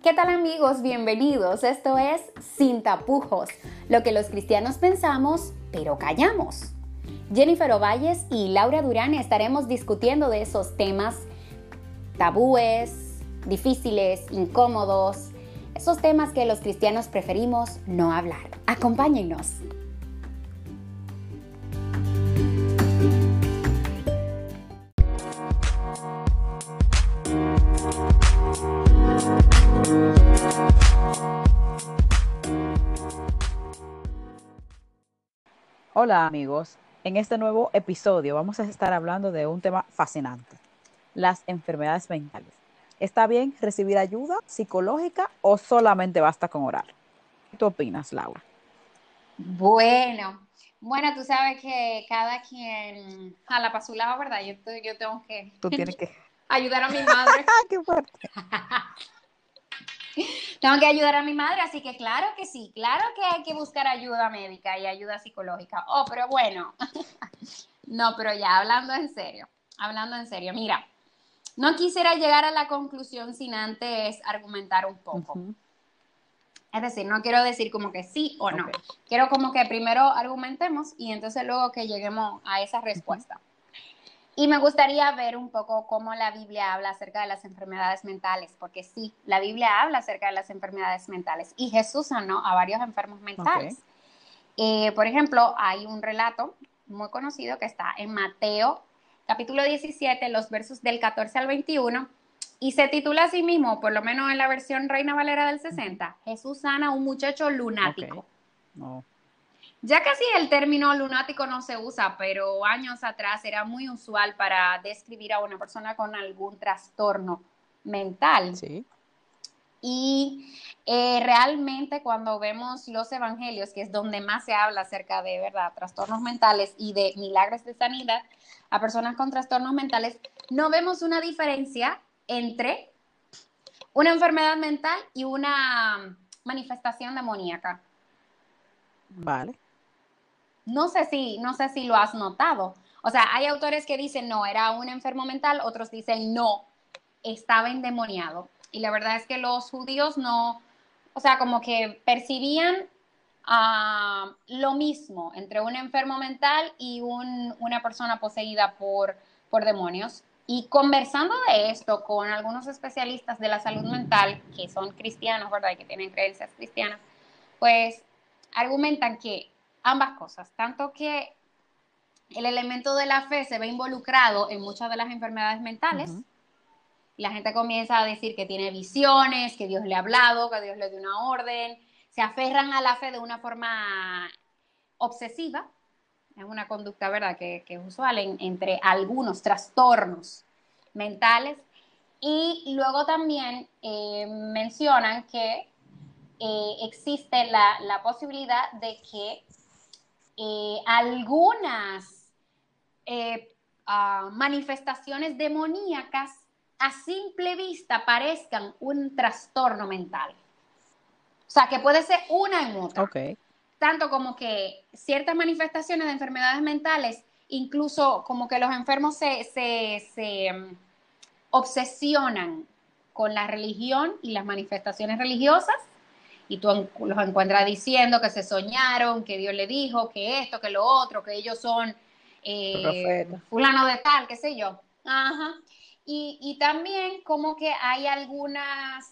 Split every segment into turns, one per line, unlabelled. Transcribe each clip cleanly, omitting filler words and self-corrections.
¿Qué tal amigos? Bienvenidos. Esto es Sin Tapujos, lo que los cristianos pensamos, pero callamos. Jennifer Ovalles y Laura Durán estaremos discutiendo de esos temas tabúes, difíciles, incómodos, esos temas que los cristianos preferimos no hablar. Acompáñennos.
Hola amigos, en este nuevo episodio vamos a estar hablando de un tema fascinante, las enfermedades mentales. ¿Está bien recibir ayuda psicológica o solamente basta con orar? ¿Qué tú opinas, Laura?
Bueno, tú sabes que cada quien jala para su lado, ¿verdad? Yo tengo que
Tú tienes que...
ayudar a mi madre.
¡Ah, qué fuerte!
Tengo que ayudar a mi madre, así que claro que sí, claro que hay que buscar ayuda médica y ayuda psicológica. Oh, pero bueno, no, pero ya hablando en serio, mira, no quisiera llegar a la conclusión sin antes argumentar un poco.
Uh-huh.
Es decir, no quiero decir como que sí o no.
Okay.
Quiero como que primero argumentemos y entonces luego que lleguemos a esa respuesta. Uh-huh. Y me gustaría ver un poco cómo la Biblia habla acerca de las enfermedades mentales, porque sí, la Biblia habla acerca de las enfermedades mentales y Jesús sanó a varios enfermos mentales. Okay. Por ejemplo, hay un relato muy conocido que está en Mateo, capítulo 17, los versos del 14 al 21, y se titula así mismo, por lo menos en la versión Reina Valera del 60, Jesús sana a un muchacho lunático.
Okay. No.
Ya casi el término lunático no se usa, pero años atrás era muy usual para describir a una persona con algún trastorno mental.
Sí.
Y realmente cuando vemos los evangelios, que es donde más se habla acerca de, ¿verdad?, trastornos mentales y de milagros de sanidad a personas con trastornos mentales, no vemos una diferencia entre una enfermedad mental y una manifestación demoníaca.
Vale.
No sé si lo has notado. O sea, hay autores que dicen no, era un enfermo mental, otros dicen no, estaba endemoniado. Y la verdad es que los judíos no, o sea, como que percibían lo mismo entre un enfermo mental y una persona poseída por demonios. Y conversando de esto con algunos especialistas de la salud mental, que son cristianos, ¿verdad? Y que tienen creencias cristianas, pues argumentan que ambas cosas, tanto que el elemento de la fe se ve involucrado en muchas de las enfermedades mentales. Uh-huh. La gente comienza a decir que tiene visiones, que Dios le ha hablado, que Dios le dio una orden. Se aferran a la fe de una forma obsesiva. Es una conducta, ¿verdad?, que es usual entre algunos trastornos mentales. Y luego también mencionan que existe la posibilidad de que algunas manifestaciones demoníacas a simple vista parezcan un trastorno mental. O sea, que puede ser una en otra.
Okay.
Tanto como que ciertas manifestaciones de enfermedades mentales, incluso como que los enfermos se obsesionan con la religión y las manifestaciones religiosas, y tú los encuentras diciendo que se soñaron, que Dios le dijo, que esto, que lo otro, que ellos son fulano de tal, qué sé yo. Ajá. Y también como que hay algunas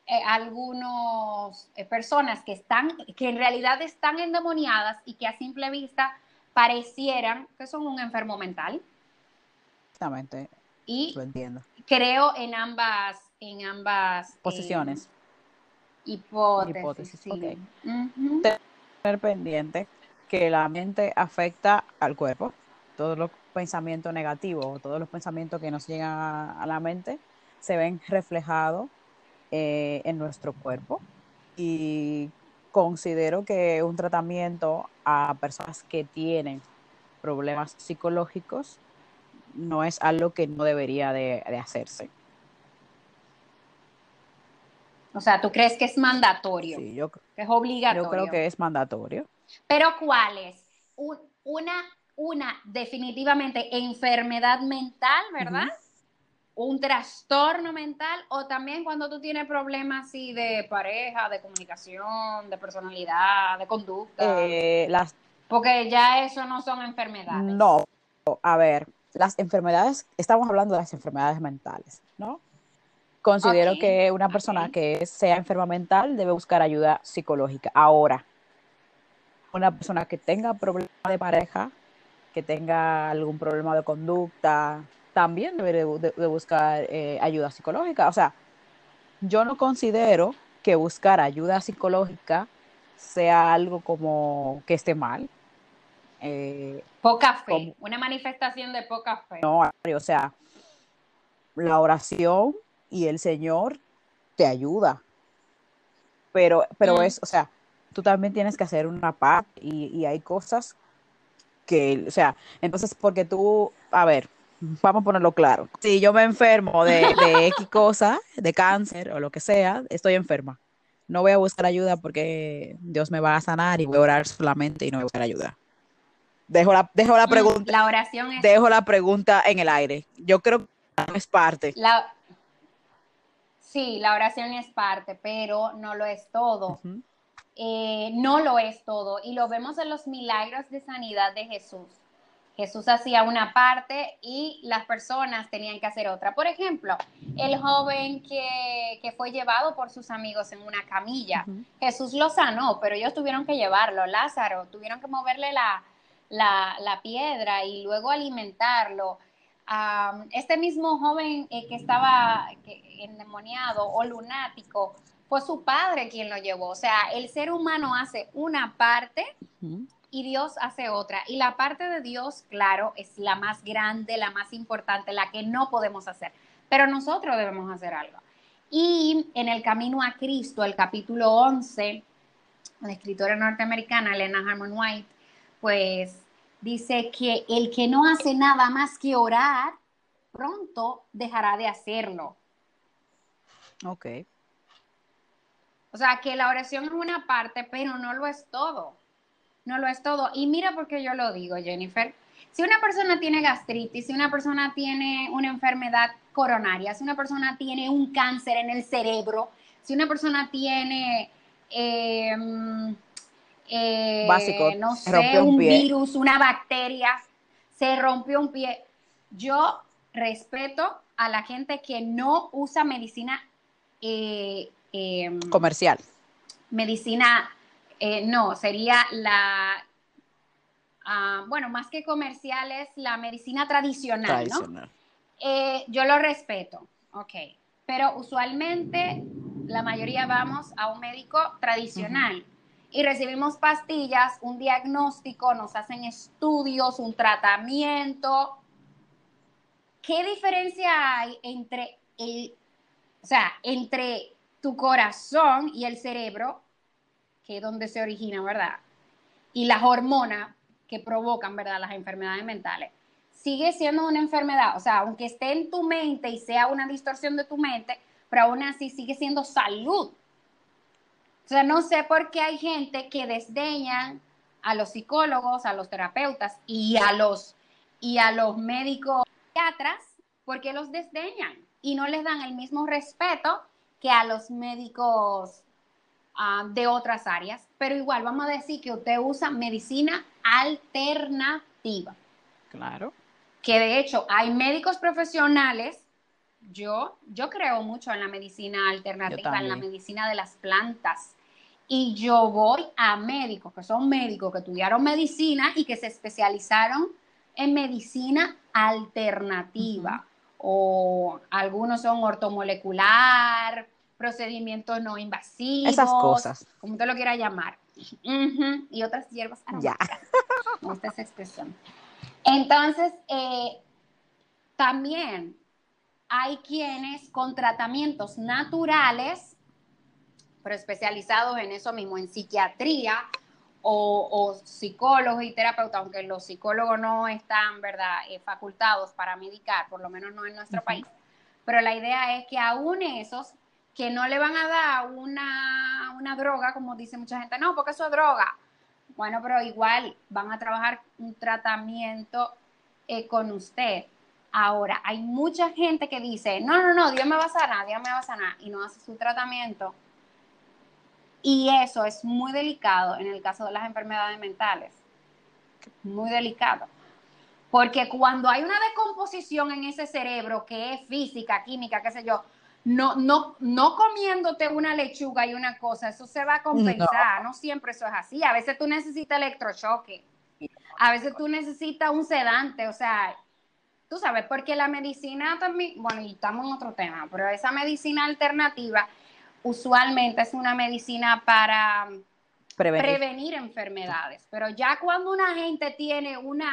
personas que en realidad están endemoniadas y que a simple vista parecieran que son un enfermo mental.
Exactamente.
Y
lo entiendo.
Creo en ambas
posiciones.
Hipótesis. Sí.
Okay.
Uh-huh.
Tener pendiente que la mente afecta al cuerpo. Todos los pensamientos negativos, todos los pensamientos que nos llegan a la mente se ven reflejados en nuestro cuerpo. Y considero que un tratamiento a personas que tienen problemas psicológicos no es algo que no debería de hacerse.
O sea, ¿tú crees que es mandatorio?
Sí,
que es obligatorio.
Yo creo que es mandatorio.
¿Pero cuál es? Una definitivamente enfermedad mental, ¿verdad? Uh-huh. un trastorno mental o también cuando tú tienes problemas así de pareja, de comunicación, de personalidad, de conducta,
Las,
porque ya eso no son enfermedades.
no, a ver, las enfermedades, estamos hablando de las enfermedades mentales, ¿no?
Ok,
Considero que una persona
ok.
que sea enferma mental debe buscar ayuda psicológica. Ahora, una persona que tenga problemas de pareja, que tenga algún problema de conducta, también debe de buscar ayuda psicológica. O sea, yo no considero que buscar ayuda psicológica sea algo como que esté mal. eh,
Poca fe,
como,
una manifestación de poca fe.
no, o sea, la oración y el Señor te ayuda, pero
Mm,
es, o sea, tú también tienes que hacer una parte y hay cosas que, o sea, entonces porque tú, a ver, vamos a ponerlo claro, si yo me enfermo de X cosa, de cáncer o lo que sea, estoy enferma. No voy a buscar ayuda porque Dios me va a sanar y voy a orar solamente y no voy a buscar ayuda.
la oración es,
Dejo la pregunta en el aire. Yo creo que no es parte.
la, sí, la oración es parte, pero no lo es todo.
Ujú,
No lo es todo. Y lo vemos en los milagros de sanidad de Jesús. Jesús hacía una parte y las personas tenían que hacer otra. Por ejemplo, el joven que fue llevado por sus amigos en una camilla.
ujú.
Jesús lo sanó, pero ellos tuvieron que llevarlo. Lázaro, tuvieron que moverle la piedra y luego alimentarlo. Este mismo joven que estaba endemoniado o lunático, fue su padre quien lo llevó. O sea, el ser humano hace una parte
Ujú.
y Dios hace otra. Y la parte de Dios, claro, es la más grande, la más importante, la que no podemos hacer. Pero nosotros debemos hacer algo. Y en El Camino a Cristo, el capítulo 11, la escritora norteamericana Elena Harmon White, pues dice que el que no hace nada más que orar, pronto dejará de hacerlo.
Ok.
O sea, que la oración es una parte, pero no lo es todo. No lo es todo. Y mira por qué yo lo digo, Jennifer. Si una persona tiene gastritis, si una persona tiene una enfermedad coronaria, si una persona tiene un cáncer en el cerebro, si una persona tiene, eh,
Básico,
no
se
sé,
rompió un
un
pie.
virus, una bacteria, se rompió un pie, yo respeto a la gente que no usa medicina eh,
Comercial,
medicina, no, sería bueno, más que comercial es la medicina tradicional, ¿no?
tradicional.
Yo lo respeto, ok, pero usualmente la mayoría vamos a un médico
Ujú.
tradicional y recibimos pastillas, un diagnóstico, nos hacen estudios, un tratamiento. ¿Qué diferencia hay entre o sea, entre tu corazón y el cerebro, que es donde se origina, ¿verdad? Y las hormonas que provocan, ¿verdad?, las enfermedades mentales, sigue siendo una enfermedad. O sea, aunque esté en tu mente y sea una distorsión de tu mente, pero aún así sigue siendo salud. O sea, no sé por qué hay gente que desdeñan a los psicólogos, a los terapeutas y a los médicos psiquiatras, porque los desdeñan y no les dan el mismo respeto que a los médicos de otras áreas, pero igual vamos a decir que usted usa medicina alternativa,
Claro,
que de hecho hay médicos profesionales, yo creo mucho en la medicina
yo
alternativa, en la
también.
medicina de las plantas, y yo voy a médicos que son médicos que estudiaron medicina y que se especializaron en medicina
Ujú.
alternativa, o algunos son ortomolecular, procedimientos no
Esas
invasivos,
cosas.
como usted lo quiera llamar, y otras hierbas
Ya.
aromáticas. Me gusta esa expresión. Entonces, también hay quienes con tratamientos naturales, pero especializados en eso mismo, en psiquiatría o psicólogos y terapeutas, aunque los psicólogos no están, ¿verdad?, facultados para medicar, por lo menos no en nuestro
Ujú.
país. Pero la idea es que aún esos que no le van a dar una droga, como dice mucha gente, no, porque eso es droga. Bueno, pero igual van a trabajar un tratamiento con usted. Ahora, hay mucha gente que dice, no, no, no, Dios me va a sanar, Dios me va a sanar, y no hace su tratamiento. Y eso es muy delicado en el caso de las enfermedades mentales. Muy delicado. Porque cuando hay una descomposición en ese cerebro que es física, química, qué sé yo, no comiéndote una lechuga y una cosa, eso se va a
No,
compensar. No siempre eso es así. A veces tú necesitas electrochoque. A veces tú necesitas un sedante. O sea, tú sabes, porque la medicina también, bueno, y estamos en otro tema, pero esa medicina alternativa usualmente es una medicina para
prevenir.
prevenir enfermedades. Pero ya cuando una gente tiene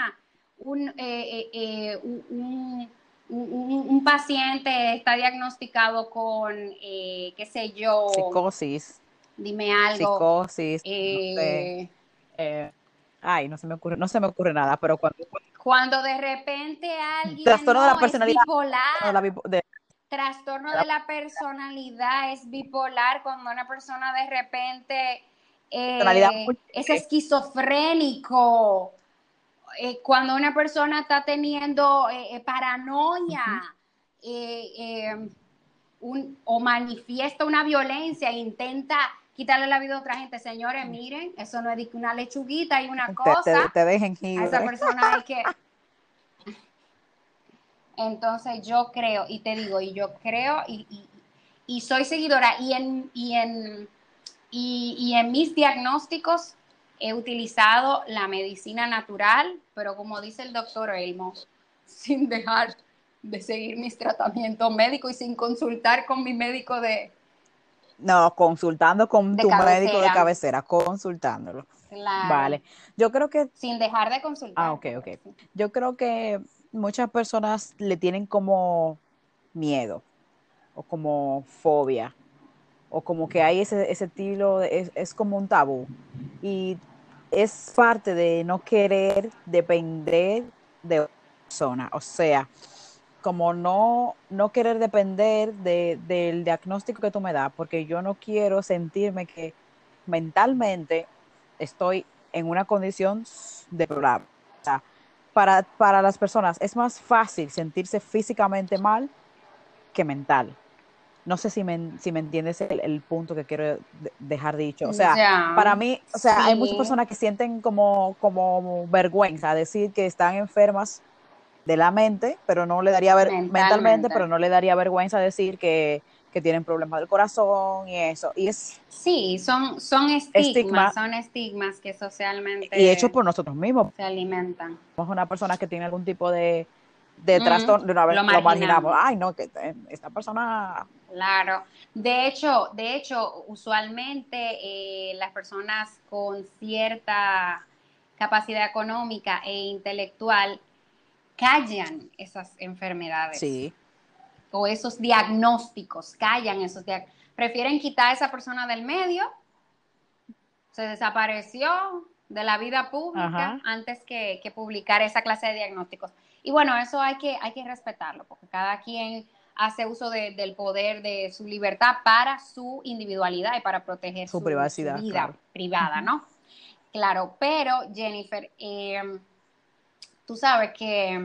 un paciente está diagnosticado con, qué sé yo,
Psicosis,
dime algo,
psicosis, no sé,
eh,
ay, no se me ocurre nada, pero
cuando de repente alguien
trastorno de la
no es
personalidad,
bipolar,
no,
trastorno
de
de
la
la personalidad es bipolar, cuando una persona de repente
personalidad
es
múltiple.
esquizofrénico, cuando una persona está teniendo paranoia
Ujú.
eh, eh, o manifiesta una violencia e intenta quitarle la vida a otra gente, señores, miren, eso no es una lechuguita y una cosa,
Te de
a esa
jengibre.
persona hay que... Entonces yo creo, y te digo, y yo creo, y soy seguidora, y en mis diagnósticos he utilizado la medicina natural, pero como dice el doctor Elmo, sin dejar de seguir mis tratamientos médicos y sin consultar con mi médico
No, consultando con
de
tu médico de
cabecera.
cabecera, consultándolo.
Claro,
Vale. Yo creo que,
sin dejar de consultar,
ok, ok.
porque sí.
Yo creo que muchas personas le tienen como miedo o como fobia o como que hay ese estilo, es como un tabú. Y es parte de no querer depender de otra persona. O sea, como no querer depender del diagnóstico que tú me das, porque yo no quiero sentirme que mentalmente estoy en una condición deplorable. O sea, para las personas es más fácil sentirse físicamente mal que mental. No sé si me entiendes el punto que quiero dejar dicho. O sea,
Ya,
para mí, o sea, hay muchas
sí,
personas que sienten como vergüenza decir que están enfermas de la mente, pero no le daría mentalmente,
mentalmente.
pero no le daría vergüenza decir que tienen problemas del corazón y eso. Y es
Sí,
estigma
son estigmas que
y hecho
socialmente
por nosotros mismos.
se alimentan.
Somos una persona que tiene algún tipo de
Mm,
trastorno, de una vez
lo
lo marginamos.
marginamos,
Ay, no, que esta persona,
claro. De hecho, usualmente las personas con cierta capacidad económica e intelectual callan esas enfermedades
sí,
o esos diagnósticos, callan esos diagnósticos. Prefieren quitar a esa persona del medio, se desapareció de la vida pública
ajá,
antes que publicar esa clase de diagnósticos. Y bueno, eso hay que respetarlo, porque cada quien hace uso del poder de su libertad para su individualidad y para proteger
su
su
privacidad,
vida
claro.
privada,
Ujú.
¿no? Claro, pero Jennifer, tú sabes que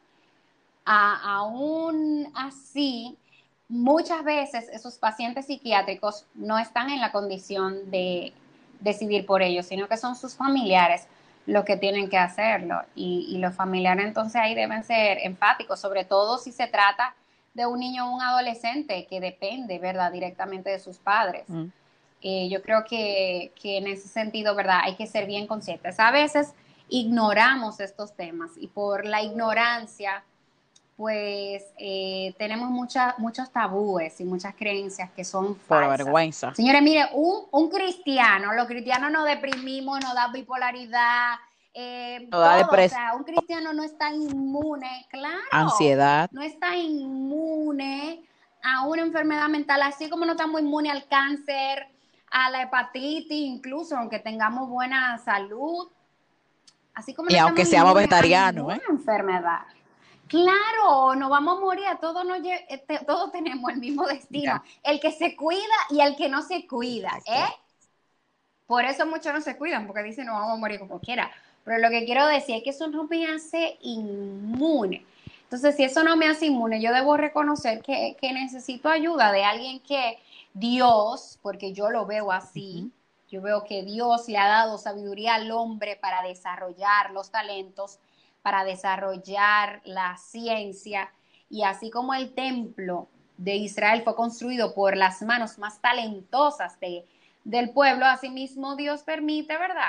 aún así, muchas veces esos pacientes psiquiátricos no están en la condición de decidir por ellos, sino que son sus familiares los que tienen que hacerlo. Y los familiares entonces ahí deben ser enfáticos, sobre todo si se trata de un niño o un adolescente que depende, ¿verdad?, directamente de sus padres.
Mm.
Yo creo que en ese sentido, ¿verdad?, hay que ser bien conscientes. A veces ignoramos estos temas y por la ignorancia pues tenemos muchos tabúes y muchas creencias que son
Por
falsas.
vergüenza.
Señores, mire, un cristiano, los cristianos nos deprimimos, nos da bipolaridad,
Toda
todo, o
depresión,
sea, un cristiano no está inmune, claro,
ansiedad.
no está inmune a una enfermedad mental, así como no estamos inmunes al cáncer, a la hepatitis, incluso aunque tengamos buena salud, así como
Y
no
aunque
estamos
seamos
inmunes a
vegetarianos,
ninguna
¿eh?
enfermedad. Claro, nos vamos a morir, todos tenemos el mismo
Ya,
destino, el que se cuida y el que no se cuida, ¿eh?
exacto.
Por eso muchos no se cuidan, porque dicen, no vamos a morir como quiera. Pero lo que quiero decir es que eso no me hace inmune. Entonces, si eso no me hace inmune, yo debo reconocer que necesito ayuda de alguien que Dios, porque yo lo veo así, yo veo que Dios le ha dado sabiduría al hombre para desarrollar los talentos, para desarrollar la ciencia, y así como el templo de Israel fue construido por las manos más talentosas del pueblo, asimismo Dios permite, ¿verdad?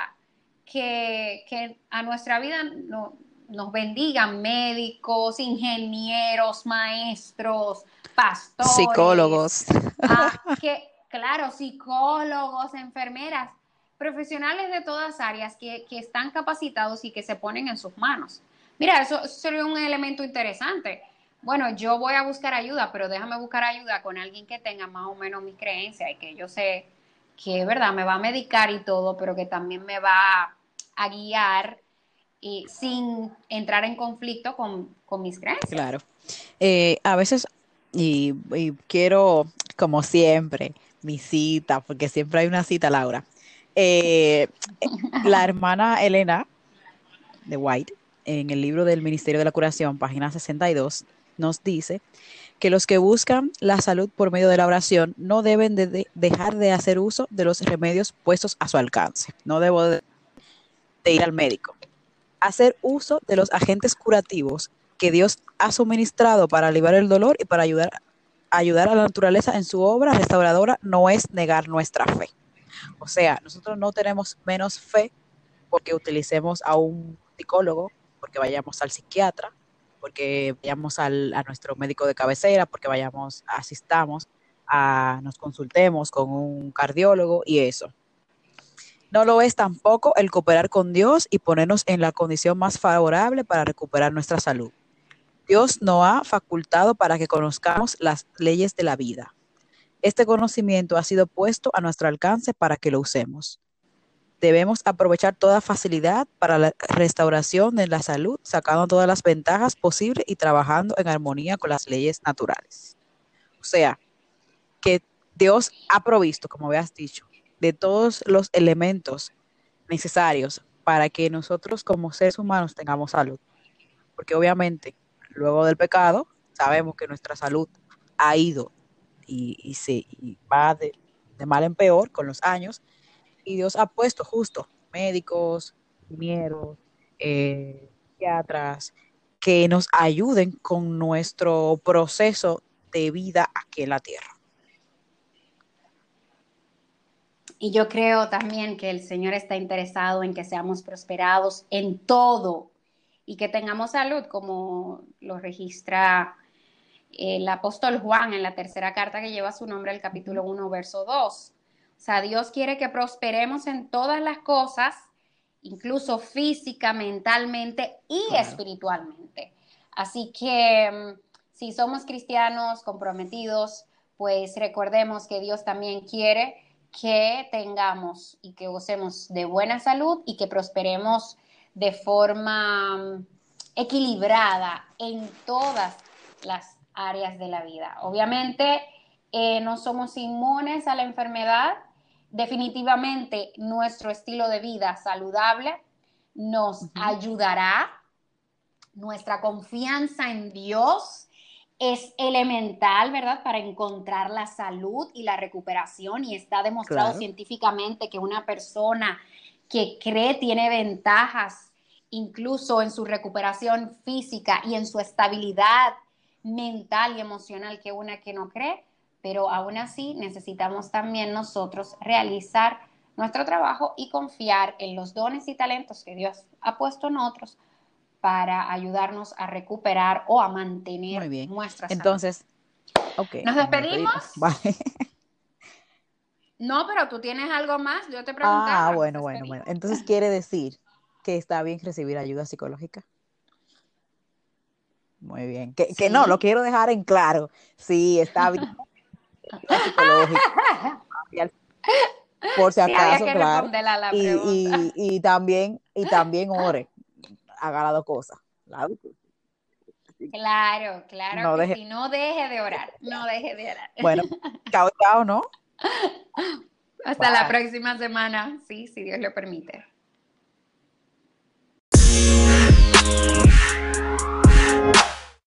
Que a nuestra vida nos bendigan médicos, ingenieros, maestros, pastores,
Psicólogos.
claro, psicólogos, enfermeras, profesionales de todas áreas que están capacitados y que se ponen en sus manos. Mira, eso sería un elemento interesante. Bueno, yo voy a buscar ayuda, pero déjame buscar ayuda con alguien que tenga más o menos mis creencias y que yo sé que, verdad, me va a medicar y todo, pero que también me va a guiar y sin entrar en conflicto con mis creencias.
Claro. A veces, y quiero, como siempre, mi cita, porque siempre hay una cita, Laura. Eh, la hermana Elena de White, en el libro del Ministerio de la Curación, página 62, nos dice que los que buscan la salud por medio de la oración no deben dejar de hacer uso de los remedios puestos a su alcance. No debo de ir al médico. Hacer uso de los agentes curativos que Dios ha suministrado para aliviar el dolor y para ayudar a la naturaleza en su obra restauradora no es negar nuestra fe. O sea, nosotros no tenemos menos fe porque utilicemos a un psicólogo, porque vayamos al psiquiatra, porque vayamos a nuestro médico de cabecera, porque asistamos, nos consultemos con un cardiólogo y eso. No lo es tampoco el cooperar con Dios y ponernos en la condición más favorable para recuperar nuestra salud. Dios nos ha facultado para que conozcamos las leyes de la vida. Este conocimiento ha sido puesto a nuestro alcance para que lo usemos. Debemos aprovechar toda facilidad para la restauración de la salud, sacando todas las ventajas posibles y trabajando en armonía con las leyes naturales. O sea, que Dios ha provisto, como habías dicho, de todos los elementos necesarios para que nosotros como seres humanos tengamos salud. Porque obviamente, luego del pecado, sabemos que nuestra salud ha ido y va de mal en peor con los años, y Dios ha puesto justo médicos, ingenieros, psiquiatras, que nos ayuden con nuestro proceso de vida aquí en la tierra.
Y yo creo también que el Señor está interesado en que seamos prosperados en todo y que tengamos salud, como lo registra el apóstol Juan en la tercera carta que lleva su nombre, el capítulo 1, verso 2. O sea, Dios quiere que prosperemos en todas las cosas, incluso física, mentalmente y espiritualmente. Así que si somos cristianos comprometidos, pues recordemos que Dios también quiere que tengamos y que gocemos de buena salud y que prosperemos de forma equilibrada en todas las áreas de la vida. Obviamente no somos inmunes a la enfermedad. Definitivamente nuestro estilo de vida saludable nos ayudará. Nuestra confianza en Dios es elemental, ¿verdad? Para encontrar la salud y la recuperación, y está demostrado científicamente que una persona que cree tiene ventajas incluso en su recuperación física y en su estabilidad mental y emocional que una que no cree, pero aún así necesitamos también nosotros realizar nuestro trabajo y confiar en los dones y talentos que Dios ha puesto en nosotros para ayudarnos a recuperar o a mantener nuestra salud.
Entonces, okay,
¿Nos despedimos?
Vale.
No, pero tú tienes algo más, yo te preguntaba.
Bueno. Entonces quiere decir que está bien recibir ayuda psicológica. Muy bien. Que no, lo quiero dejar en claro. Sí, está bien. Ayuda psicológica. Por si acaso,
había que
claro.
La pregunta.
Y también ore. Haga las dos cosas.
Claro, que sí. No deje de orar. No deje de orar.
Bueno, chao, ¿no?
Hasta la próxima semana. Sí, si Dios lo permite.